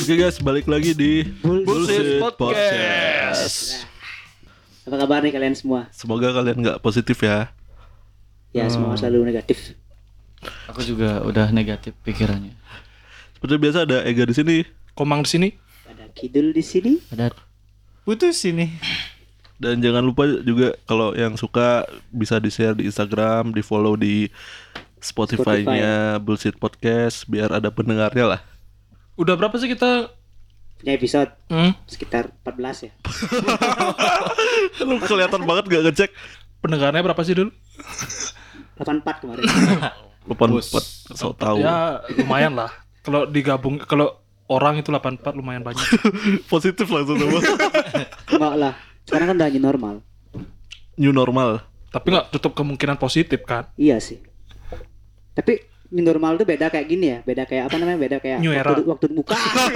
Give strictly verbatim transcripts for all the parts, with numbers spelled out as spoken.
Oke guys, balik lagi di Bullshit Podcast. Apa kabar nih kalian semua? Semoga kalian nggak positif ya. Ya Hmm. semua selalu negatif. Aku juga udah negatif pikirannya. Seperti biasa ada Ega di sini. Komang di sini. Ada Kidul di sini. Ada putus ini. Dan jangan lupa juga kalau yang suka bisa di-share di Instagram, di-follow di Spotify-nya Bullshit Podcast biar ada pendengarnya lah. Udah berapa sih kita? Punya episode Hmm? sekitar empat belas ya. Lu kelihatan banget gak ngecek. Pendengarnya berapa sih dulu? delapan puluh empat kemarin. delapan puluh empat so tahu. Ya lumayan lah. Kalau digabung, kalau orang itu delapan puluh empat lumayan banyak. Positif langsung sama. Enggak lah. Sekarang kan udah new normal. New normal. Tapi nggak tutup kemungkinan positif kan? Iya sih. Tapi new normal tuh beda kayak gini ya. Beda kayak apa namanya? Beda kayak New era. waktu, waktu buka.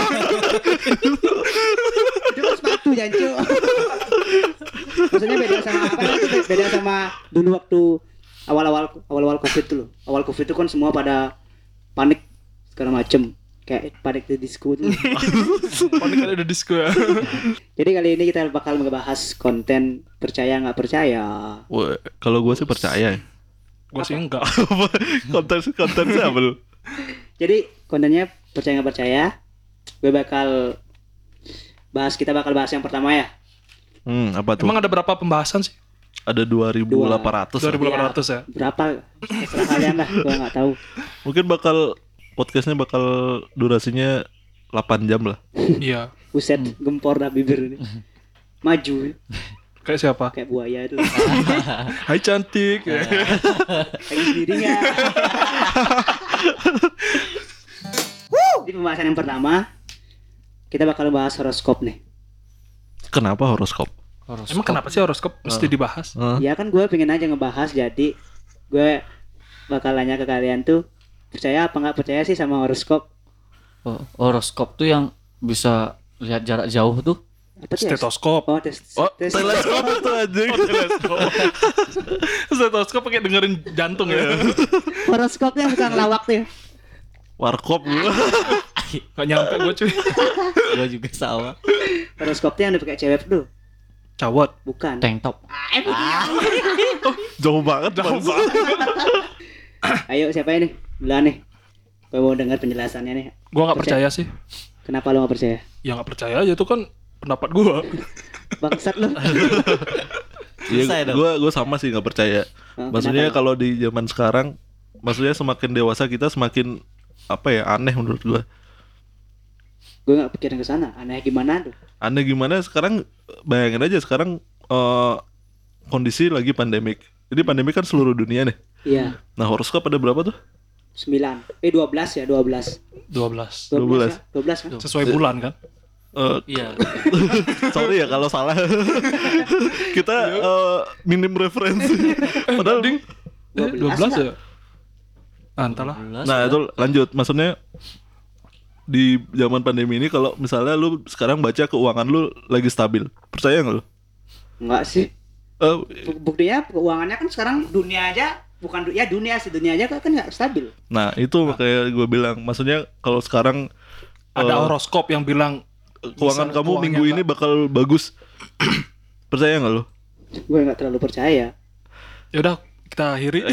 Itu kan sepatu jancu. Maksudnya beda sama apa itu? Beda sama dulu waktu awal-awal awal-awal Covid tuh loh. Awal Covid itu kan semua pada panik segala macem. Kayak panik di disco tuh. Panik kan udah disco ya. Jadi kali ini kita bakal ngebahas konten percaya nggak percaya. Wah, kalau gue sih percaya. Gue sih enggak. konten konten siapa lu? Jadi kontennya percaya nggak percaya. Gue bakal bahas kita bakal bahas yang pertama ya. Hmm, apa tuh? Emang ada berapa pembahasan sih? Ada dua ribu delapan ratus. dua ribu delapan ratus ya? Berapa? Terserah kalian lah. Gue nggak tahu. Mungkin bakal podcastnya bakal durasinya delapan jam lah. Iya. Buset, gempor dah bibir ini. Maju Kayak siapa? kayak buaya itu. Hai cantik. Lagi sendirinya. Di pembahasan yang pertama kita bakal bahas horoskop nih. Kenapa horoskop? Horoskop. Emang kenapa sih horoskop mesti dibahas? Hah? Ya kan gue pengen aja ngebahas, jadi gue bakal nanya ke kalian tuh percaya apa nggak percaya sih sama horoskop? Oh, horoskop tuh yang bisa lihat jarak jauh tuh. Apa tuh ya? Stetoskop. Oh, tes, Oh, tes- teleskop itu anjing. Stetoskop pakai dengerin jantung ya. horoskopnya bukan lawak tuh. Warkop. Gak nyampe gue cuy. Gua juga sama. Horoskopnya yang dipakai cewek tuh, Cawat. bukan. Tank top. Jauh banget, Jauh bangsa. Ayo siapa ini? Duluan nih. Gue mau dengar penjelasannya nih. Gue gak percaya sih. Kenapa lo gak percaya? Ya gak percaya aja itu kan pendapat gue. Bangsat lo. Selesai Iya, dong. gue gue sama sih nggak percaya. Oh, Maksudnya kenapa? kalau di zaman sekarang, maksudnya semakin dewasa kita semakin apa ya aneh menurut gue. Gue gak pikirin ke sana. Aneh gimana tuh? Aneh gimana sekarang? Bayangin aja sekarang eh, kondisi lagi pandemik. Jadi pandemik kan seluruh dunia nih. Iya. Nah horoskop ada berapa tuh? sembilan. Eh dua belas ya, dua belas. dua belas. dua belas. Ya? dua belas kan? Sesuai bulan kan? Eh, Iya. sorry ya kalau salah. Kita eh, minim referensi. Padahal Ding. Eh, dua belas ya? Ah, entahlah. Nah itu lanjut, maksudnya di zaman pandemi ini kalau misalnya lu sekarang baca keuangan lu lagi stabil, percaya nggak lu? Enggak sih. Eh, Bu- Buktinya keuangannya kan sekarang dunia aja, bukan du- ya dunia sih, dunia aja kan nggak stabil. nah itu kayak gue bilang, maksudnya kalau sekarang Ada eh, horoskop yang bilang keuangan bisa kamu keuangannya minggu ini nggak- bakal bagus, percaya nggak lu? Gue nggak terlalu percaya. ya udah kita akhiri.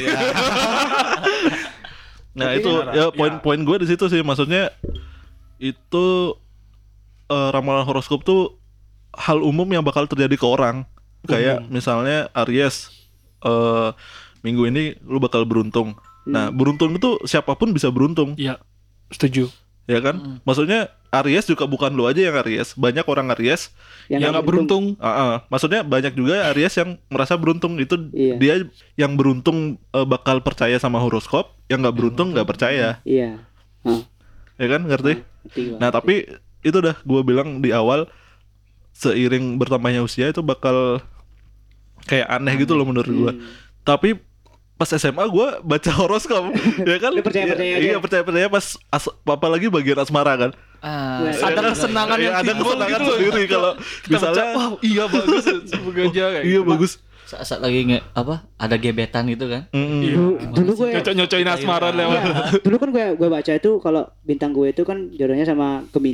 Nah Tapi itu kan- ya ya. poin-poin gue di situ sih, maksudnya itu eh, ramalan horoskop tuh hal umum yang bakal terjadi ke orang. Kayak misalnya Aries, eh minggu ini lu bakal beruntung. Nah beruntung itu siapapun bisa beruntung, Iya, setuju. ya kan? Maksudnya Aries juga bukan lu aja yang Aries, banyak orang Aries. Yang nggak beruntung. Ah, ah. Maksudnya banyak juga Aries yang merasa beruntung, itu Iya. dia yang beruntung eh, bakal percaya sama horoskop, yang nggak beruntung nggak percaya, Iya. Hah, ya kan? Ngerti? ngerti gua. Nah tapi itu udah gue bilang di awal, seiring bertambahnya usia itu bakal kayak aneh gitu loh menurut gue. Hmm. Tapi pas S M A gue baca horoskop, ya kan? Lu percaya-percaya Iya, aja? iya percaya-percaya pas as- apalagi bagian asmara kan. Ah, Wah, ada iya, kesenangan Iya, yang ada timbul kesenangan gitu. sendiri kalau Kita misalnya baca, wow iya bagus. Semoga aja kayak iya gitu. bagus. Saat-saat lagi nge apa? Ada gebetan gitu kan. Mm-mm. Iya. Dulu, dulu gue Nyocok-nyocokin asmara lewat. Iya, dulu kan gue gue baca itu kalau bintang gue itu kan jodohnya sama Gemini.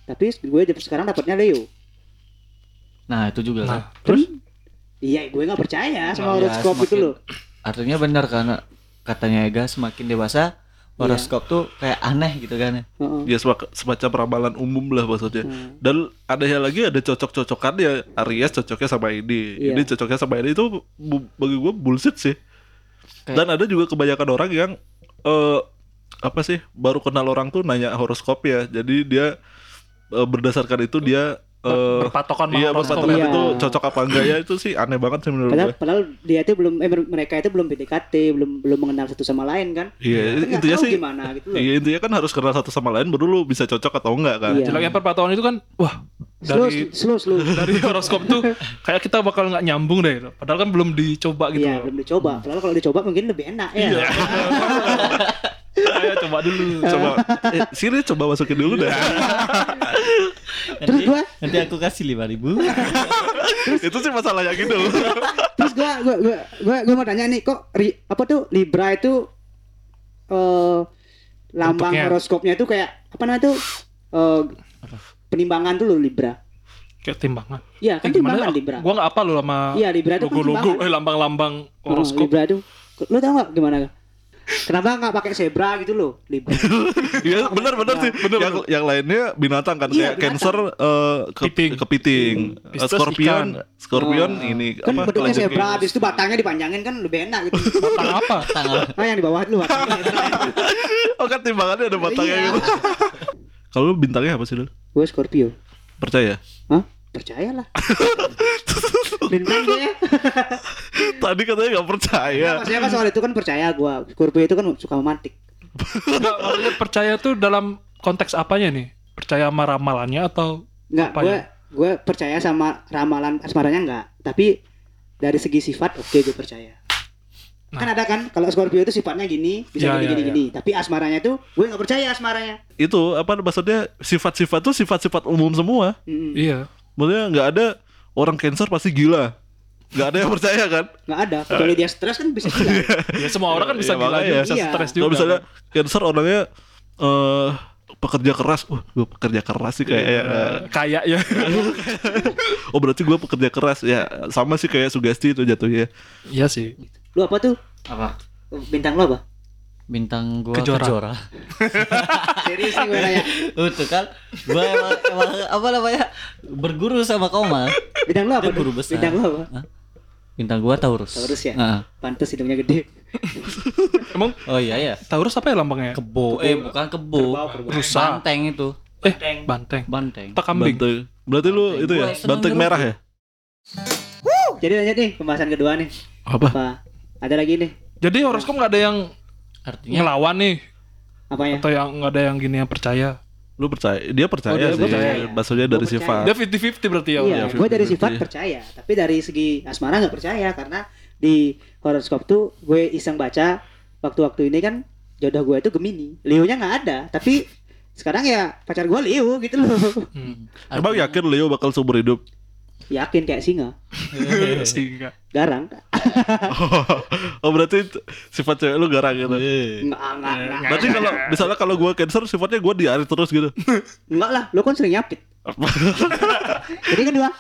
Tapi gue sekarang dapatnya Leo. Nah, itu juga kan. Nah, terus Iya, gue nggak percaya sama Oh, ya, horoskop itu semakin- loh. Artinya benar karena katanya Ega semakin dewasa horoskop tuh kayak aneh gitu kan ya. Heeh. Ya sema- semacam ramalan umum lah maksudnya. Hmm. Dan ada yang lagi ada cocok-cocokan ya. Aries cocoknya sama ini, Iya. ini cocoknya sama ini, itu bu- bagi gue bullshit sih. Kayak- Dan ada juga kebanyakan orang yang eh apa sih baru kenal orang tuh nanya horoskop ya. Jadi dia eh, berdasarkan itu dia eh, berpatokan sama iya horoskop. berpatokan Iya. itu cocok apa enggak ya, itu sih aneh banget sih menurut Padahal, gue. padahal dia itu belum eh mereka itu belum P D K T, belum belum mengenal satu sama lain kan. Iya, Kan nggak intinya tahu sih gimana gitu loh. iya intinya kan harus kenal satu sama lain baru lu bisa cocok atau enggak kan. Iya. Jeleknya perpatuan itu kan, wah Slow, dari slow, slow. dari horoskop tuh kayak kita bakal nggak nyambung deh. Padahal kan belum dicoba gitu. Iya, belum dicoba. Padahal kalau dicoba mungkin lebih enak ya. Iya. Ayo coba dulu. Coba eh, sini coba masukin dulu deh. Terus gua Nanti aku kasih lima ribu. Itu sih masalahnya gitu. terus gua gua gua gua, gua mau tanya nih, kok ri, apa tuh Libra itu eh lambang Bentuknya. horoskopnya itu kayak apa namanya tuh eh penimbangan tuh loh Libra. Kayak timbangan. Iya, kan Eh, gimana? timbangan Libra. Gua nggak apa lo sama Iya, Libra itu kan logo-logo, timbangan. eh lambang-lambang Oh, horoskop. Libra itu. Lu tau gak gimana? Kenapa nggak pakai zebra gitu loh, Libra? Iya benar-benar sih. Yang, yang lainnya binatang kan Iya, kayak Cancer eh, ke, Kepiting. kepiting, Eh, Pisces Scorpion, ikan. Scorpion Oh. ini Kan apa? bentuknya kelajeng zebra, kayak- habis itu batangnya dipanjangin kan lebih enak gitu. Batang apa? Tanggal. Nah, yang di bawah itu batangnya. Oh kan timbangannya ada batangnya Iya. gitu. Kalau lu bintangnya apa sih lu? Gue Scorpio. Percaya? Hah? Percayalah. Bintang gue ya. Tadi katanya nggak percaya. Maksudnya kan soal itu kan percaya gue. Scorpio itu kan suka memantik. Enggak, maksudnya percaya tuh dalam konteks apanya nih? Percaya sama ramalannya atau Enggak, apa gue ya? gue percaya sama ramalan asmaranya enggak. Tapi dari segi sifat oke gue percaya. Nah. Kan ada kan kalau Scorpio itu sifatnya gini, bisa Ya, gini ya, gini ya. gini. Tapi asmaranya tuh gue nggak percaya asmaranya. Itu apa maksudnya sifat-sifat tuh sifat-sifat umum semua. Mm-mm. Iya. Maksudnya nggak ada orang Cancer pasti gila. Nggak ada yang percaya kan? Nggak ada. Kecuali dia stres kan bisa gila. Ya semua orang kan bisa Iya, gila makanya. juga, bisa Iya. stres juga. Kalau misalnya Cancer orangnya eh pekerja keras, wah gue pekerja keras sih kayak Eh, kayak ya. oh berarti gue pekerja keras ya sama sih kayak sugesti itu jatuhnya. Iya sih. Lu apa tuh? Apa? Bintang lu apa? Bintang gua Kejora. kejora. Serius nih gue nanya. Oh, tuh kan gua emang, emang apa namanya? Berguru sama Koma. Bintang lu apa? Dia guru tuh? besar. Bintang lu apa? Hah? Bintang gua Taurus. Taurus ya? Heeh. Pantes hidungnya gede. Emang Oh iya ya. Taurus apa ya lambangnya? Kebo. Eh bukan kebo. Kerbau, kerbau. Rusa. Banteng itu. Eh, banteng. Banteng. Apa kambing? Banteng. Berarti lu Banteng. itu ya Gua seneng banteng jeruk merah tuh. ya? Jadi lanjut nih pembahasan kedua nih. Apa? Apa? Ada lagi nih. Jadi horoskop nggak ada yang Artinya ngelawan nih, Apanya? atau yang nggak ada yang gini yang percaya. Lu percaya? Dia percaya Oh, dia sih. percaya. Maksudnya dari Gua percaya. sifat. Dia fifty fifty berarti ya. Iya, ya, gue dari fifty-fifty. sifat percaya, tapi dari segi asmara nggak percaya karena di horoskop tuh gue iseng baca waktu-waktu ini kan jodoh gue itu Gemini, Leo-nya nggak ada, tapi sekarang ya pacar gue Leo gitu loh. Hmm. Emang yakin Leo bakal seumur hidup? Yakin kayak singa, Sehingga garang. Oh berarti t- sifat cewek lu garang gitu. Enggak, enggak, enggak. Berarti kalau misalnya kalau gue Cancer sifatnya gue diari terus gitu. Enggak lah, lo kan sering nyapit. Jadi kan dua.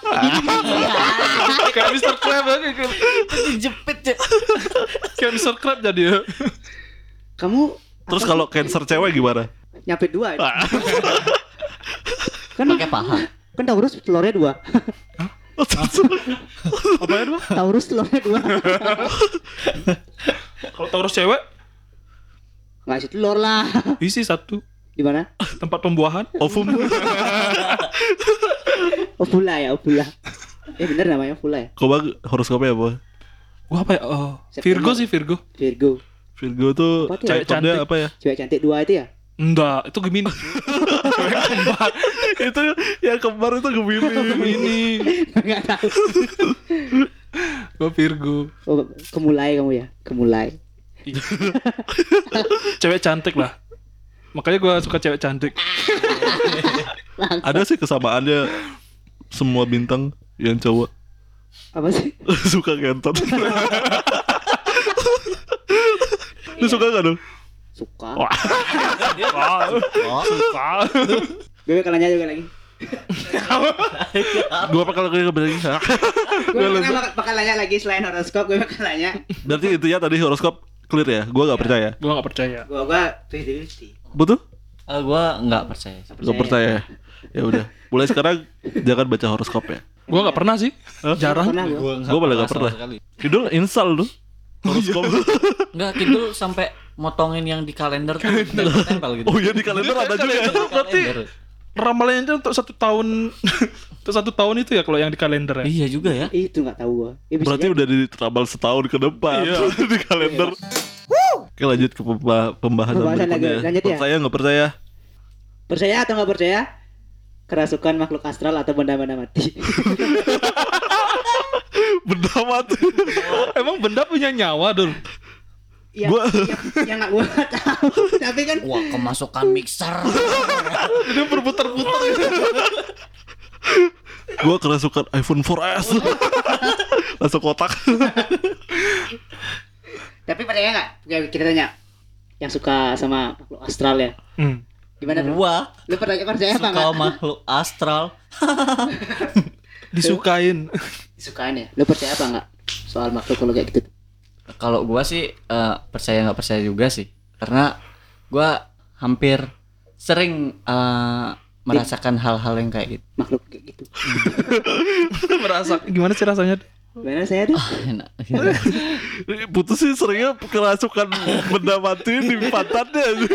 kayak mister Krab ya, kayak dijepit ya. kayak mister Krab jadi ya. Kamu Terus kalau Cancer cewek gimana? nyapit dua itu. Kan Pakai paha. kan Taurus telurnya dua. Apa ya dua? Taurus telurnya dua. Kalau Taurus cewek Enggak sih telur lah. isi satu Di mana? tempat pembuahan. Ovum. Ovula ya, ovula. Eh bener namanya ovula ya. Kau bang horoskopnya apa? Gua apa ya? Oh, September. Virgo sih Virgo. Virgo. Virgo tuh Apa tuh? Cewek horoskopnya cantik. apa ya? Cewek cantik dua itu ya? Enggak, itu Gemini. Cewek kembar. Itu yang kembar itu Gemini. Gemini. Enggak tahu. Gua Virgo. Oh, kemulai kamu ya? Kemulai. Cewek cantik lah. Makanya gua suka cewek cantik. Ada sih kesamaannya semua bintang yang cowok Apa sih? suka ngentot. Lu suka gak dong? Suka. Wah. Wah. Suka. Gue kalau nanya juga lagi. Gua bakal lagi berarti. Gue bakal, bakal nanya lagi selain horoskop, gue bakal nanya. Berarti itu ya tadi horoskop clear ya. Gua enggak percaya. Gua nggak percaya. Gue gue fifty fifty. Betul? Ah, gua nggak percaya. Gak percaya. Ya udah. Mulai sekarang jangan baca horoskop ya. Gua nggak pernah sih. Jarang. Pernah gue. Gua malah nggak pernah. Kidul install tuh horoskop. Enggak, Kidul sampai motongin yang di kalender tuh tempel gitu. Oh iya di kalender ada juga. Kalender tuh berarti ramalannya itu untuk satu tahun untuk satu tahun itu ya kalau yang di kalender ya. Iya juga ya. Itu nggak tahu gue. Ya, bisa Berarti jadi. udah diteramal setahun ke depan di kalender. Oke lanjut ke pemba- pembahasan Pembahasan lagi. berikutnya. Lanjut ya? Percaya nggak percaya? Percaya atau nggak percaya? Kerasukan makhluk astral atau benda-benda mati. Benda mati. Emang benda punya nyawa dul. Ya, Gua- ya, ya nggak gue tahu. Tapi kan Wah, kemasukan mixer. Dia berputar-putar. Gua kerasukan iPhone four S. Masuk kotak. tapi percaya nggak? Oke, kita tanya. Yang suka sama makhluk astral ya. Hmm. Gimana tuh? Wah, Lu percaya percaya apa suka nggak? makhluk astral. Disukain. Disukain ya. Lu percaya apa nggak soal makhluk kalau kayak gitu? Kalau gua sih eh, percaya nggak percaya juga sih, karena gua hampir sering eh, merasakan hal-hal yang kayak gitu. Makhluk kayak gitu. Merasa gimana sih rasanya? Gimana saya tuh? Enak. Putus sih seringnya kerasukan benda mati di pantatnya.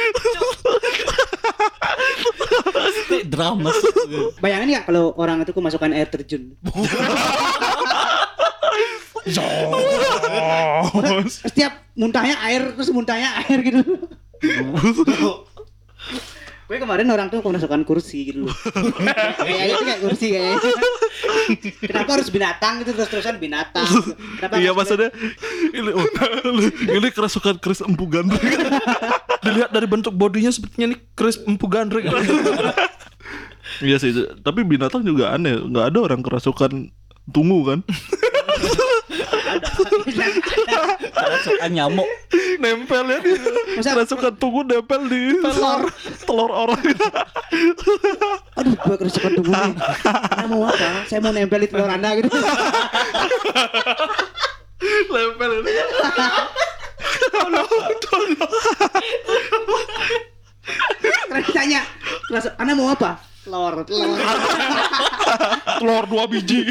Drama. Bayangin nggak kalau orang itu kemasukan air terjun? Orang setiap muntahnya air terus muntahnya air gitu. Gue kemarin orang tuh kemasukan kursi gitu loh. Kayaknya tuh kayak kursi kayaknya. Kenapa harus binatang gitu terus-terusan binatang? Kenapa Iya harus- maksudnya ini, oh, ini kerasukan Chris Empu Gandring. Dilihat dari bentuk bodinya sepertinya nih Chris Empu Gandring. Iya sih, tapi binatang juga aneh. Nggak ada orang kerasukan tungu kan? Kerasukan nyamuk. Nempel ya dia. Masa- Kerasukan tungu nempel di telur telur orang. Aduh, gue kerasukan tubuh nih. Anda mau apa? Saya mau nempel di telur Anda gitu. Nempel ini. Terus ditanya, kerasa, Anda mau apa? Telur, telur. Telur dua biji.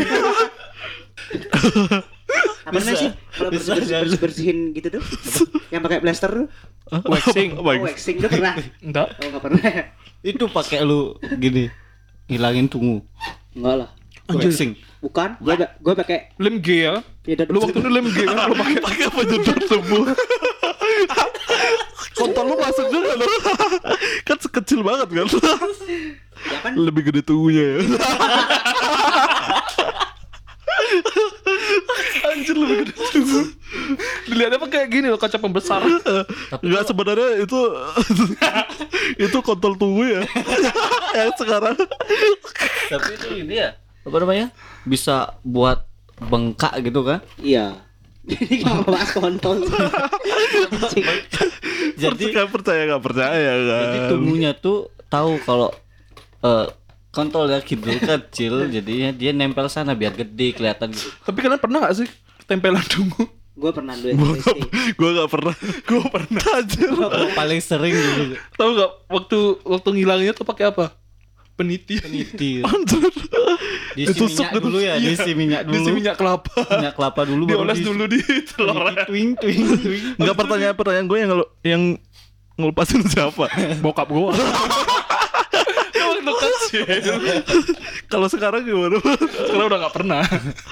Apa namanya sih? Kalau bisa bersih, bersih, bersihin gitu tuh, yang pakai blaster tuh, Waxing. oh, waxing tuh pernah? Enggak. Oh nggak pernah. Itu pakai lu gini, hilangin tungu. Enggak lah. Waxing. Bukan, gue gue pakai Lem G ya. ya, Lu waktu itu lem G kan lu pakai. Pakai penyedot tubuh. Kontol lu masuk juga loh. Kan sekecil banget kan. ya kan? Lebih gede tungunya ya. Anjir lebih gede tungu. Dilihatnya apa kayak gini loh, kaca pembesar. Enggak sebenarnya itu itu kontol tungu ya. Yang sekarang. Tapi itu ini ya, apa namanya? Bisa buat bengkak gitu kan? Iya. Jadi nggak mau bahas kontol. Jadi Nggak percaya nggak percaya kan. jadi tungunya tuh tahu kalau eh kontol ya Kidul kecil, jadinya dia nempel sana biar gede kelihatan gitu. Tapi kalian pernah gak sih tempelan tungu? Gue pernah dulu Gua S D. gua nggak pernah. Gua pernah aja. Paling sering gitu. Tahu nggak waktu waktu ngilanginnya tuh pakai apa? Peniti. Peniti. Anjir. Diisi Tusuk minyak gitu. dulu ya, diisi minyak dulu. Diisi minyak kelapa. Minyak kelapa dulu baru Dioles diisi. dulu di telurnya. Twing twing twing. Enggak pertanyaan pertanyaan gue yang ngelu- yang ngelupasin siapa? Bokap gua. Waktu kecil. Kalau sekarang gimana? Sekarang udah gak pernah.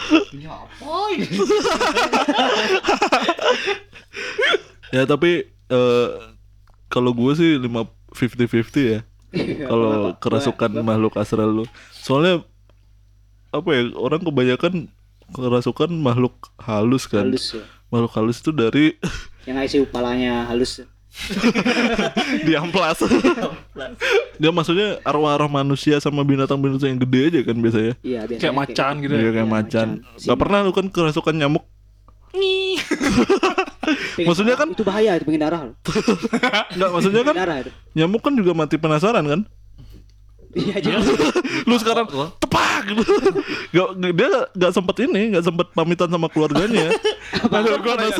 Ya tapi eh, kalau gue sih lima fifty fifty ya. Kalau kerasukan makhluk astral lu. Soalnya apa ya, orang kebanyakan kerasukan makhluk halus kan. Halus ya. Makhluk halus itu dari Yang I C U palanya halus. diamplas. Dia maksudnya arwah-arwah manusia sama binatang-binatang yang gede aja kan biasanya. Iya biasanya. Kayak macan gitu Iya ya. kayak Iya, macan. macan. Gak pernah lu kan kerasukan nyamuk. Pengen- Maksudnya kan- itu bahaya, itu pengen darah. Enggak, maksudnya kan Darah itu. nyamuk kan juga mati penasaran kan? Iya aja. Lu sekarang tepak gitu. Gak, dia gak sempet ini, gak sempet pamitan sama keluarganya. Nah, gua nanya.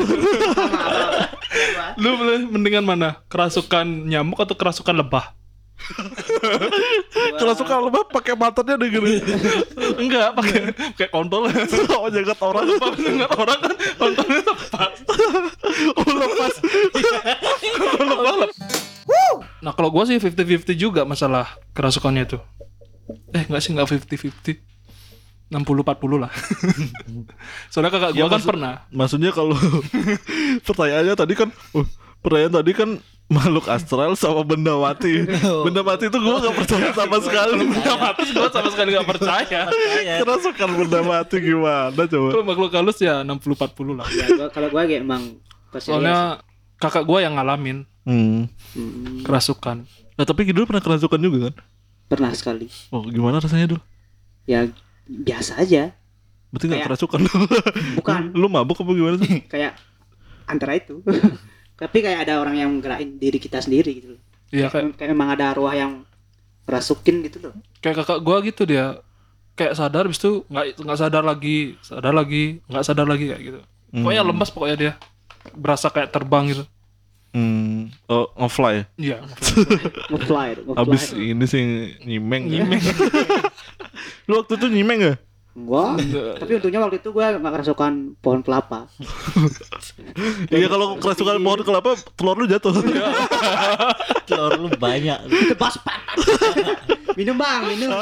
Lu boleh mendingan mana? Kerasukan nyamuk atau kerasukan lebah? Kerasukan lebah pakai matanya deh gini. Enggak, pakai pakai kontol. Oh, jagat orang. Pas dengar orang kan kontolnya lepas. Oh, lepas. Lebah lepas. Nah, kalau gua sih fifty fifty juga masalah kerasukannya itu. Eh, enggak sih, enggak fifty fifty. enam puluh empat puluh lah. Soalnya kakak gua Ya, kan maksud- pernah. Maksudnya kalau pertanyaannya tadi kan uh, pertanyaan tadi kan makhluk astral sama benda mati. Benda mati itu gue gak percaya sama sekali. Benda mati gua sama sekali enggak percaya. Kerasukan benda mati gimana coba? Kalau makhluk halus ya enam puluh empat puluh lah. Ya, gua, kalau gua kayak emang percaya. Soalnya kakak gua yang ngalamin Hmm. sih. Hmm, kerasukan. Nah, tapi dulu pernah kerasukan juga kan? pernah sekali. Oh, gimana rasanya dulu? Ya biasa aja. Berarti gak Kayak- kerasukan. Bukan. Lu mabuk apa gimana sih? Kayak antara itu. Tapi kayak ada orang yang gerakin diri kita sendiri gitu loh. Iya, kayak Kayak memang ada arwah yang rasukin gitu loh. kayak kakak gua gitu, dia kayak sadar habis itu nggak nggak sadar lagi, sadar lagi, nggak sadar lagi kayak gitu. Pokoknya Hmm. lemas pokoknya dia. Berasa kayak terbang gitu. Hmm. Oh, nge-fly. Iya. Nge-fly, nge-fly. Abis ini sih nyimeng. Nyimeng. Lu waktu itu nyimeng gak? Enggak. Tapi untungnya waktu itu gue gak kerasukan pohon kelapa. Iya, kalau kerasukan pohon kelapa telur lu jatuh. Telur lu banyak. Tebas pantat. Minum bang, minum.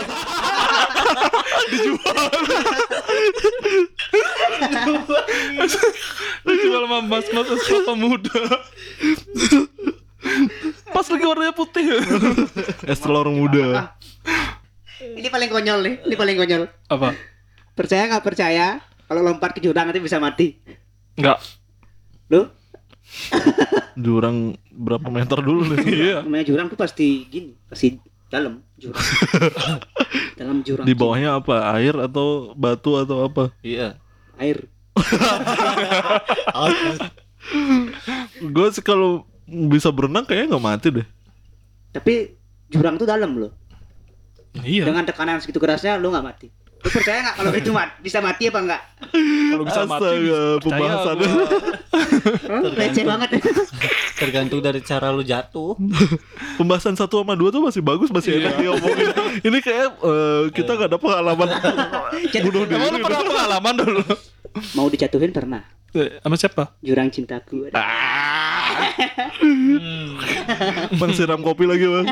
Lu jual sama mas-mas es kelapa muda. Pas lagi warnanya putih. Es telur muda. Ini paling konyol nih, ini paling konyol. Apa? Percaya nggak percaya? Kalau lompat ke jurang nanti bisa mati. Enggak. Lu? Jurang berapa meter dulu nih? Iya. Namanya jurang tuh pasti gini, pasti dalam jurang. Dalam jurang. Di bawahnya apa? Air atau batu atau apa? Iya. Air. Gue sih kalau bisa berenang kayaknya nggak mati deh. Tapi jurang tuh dalam loh. Iya. Dengan tekanan segitu kerasnya lu nggak mati. Lu percaya nggak kalau itu mat bisa mati apa enggak? Kalau bisa mati, Astaga, bisa percaya pembahasannya. gua. Huh? Receh banget. Tergantung dari cara lu jatuh. Pembahasan satu sama dua tuh masih bagus, masih enak diomongin. Ini kayak eh, kita nggak ada pengalaman bunuh diri. Emang lu pernah pengalaman dulu? Mau dijatuhin pernah. Eh, Sama siapa? Jurang cintaku. Bang siram kopi lagi bang.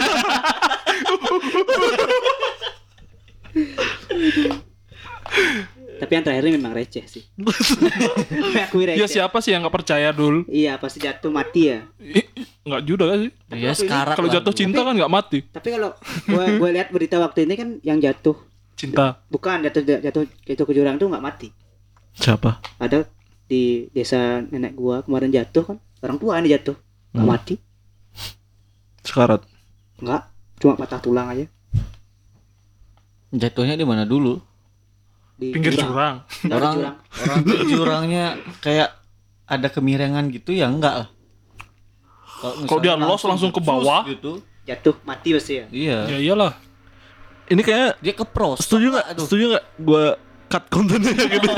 Tapi yang terakhir ini memang receh sih. Akui receh. Ya siapa sih yang nggak percaya dulu? Iya pasti jatuh mati ya. Nggak juga kan sih? Ya sekarat Kalau lah. jatuh cinta kan nggak mati. Tapi kalau gue gue lihat berita waktu ini kan yang jatuh Cinta. bukan jatuh jatuh jatuh ke jurang tuh nggak mati. Siapa? Ada di desa nenek gua kemarin jatuh kan orang tua ini jatuh nggak Hmm. mati Sekarat. nggak cuma patah tulang aja Jatuhnya di mana dulu? di Pinggir jurang. Nggak, di Orang jurang. orang tuh jurangnya kayak ada kemiringan gitu ya enggak lah. Kalau dia misalnya los langsung ke bawah. sus gitu. Jatuh mati pasti ya. Iya. Ya iyalah. Ini kayak Dia ke pros. setuju nggak? Setuju nggak? Gue cut kontennya kayak gitu.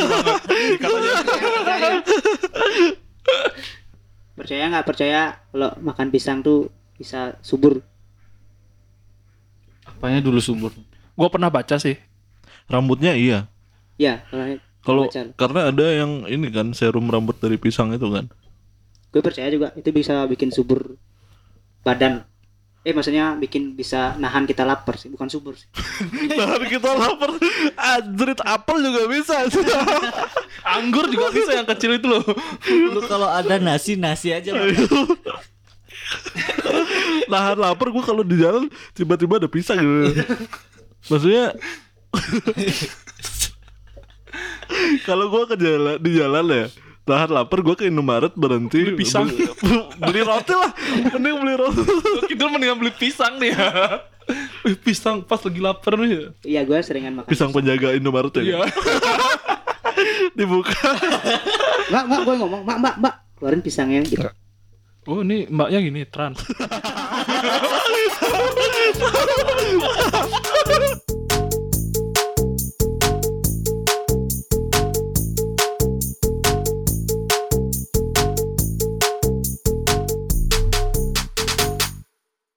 Percaya nggak percaya kalau makan pisang tuh bisa subur? Apanya dulu subur? Gua pernah baca sih. Rambutnya iya. Ya kalau Kalau baca. karena ada yang ini kan serum rambut dari pisang itu kan. Gue percaya juga itu bisa bikin subur badan. Eh maksudnya bikin bisa nahan kita lapar sih, bukan subur sih. Nah, kita lapar. Anjrit, apel juga bisa. Anggur juga bisa yang kecil itu loh. Lu kalau ada nasi nasi aja makan. Nahan lapar gue kalau di jalan tiba-tiba ada pisang gitu. Maksudnya kalau gue ke jalan di jalan ya tahan lapar, gue ke Indomaret berhenti Beli pisang. beli, beli roti lah, mending beli roti. Kidul mendingan beli pisang nih ya. Wih, pisang pas lagi lapar nih. Iya gue seringan makan. Pisang penjaga Indomaret ya. Iya. Dibuka. Mbak, mbak, gue ngomong, mbak, mbak, mbak, keluarin pisangnya gitu. Oh, ini mbaknya gini, trans.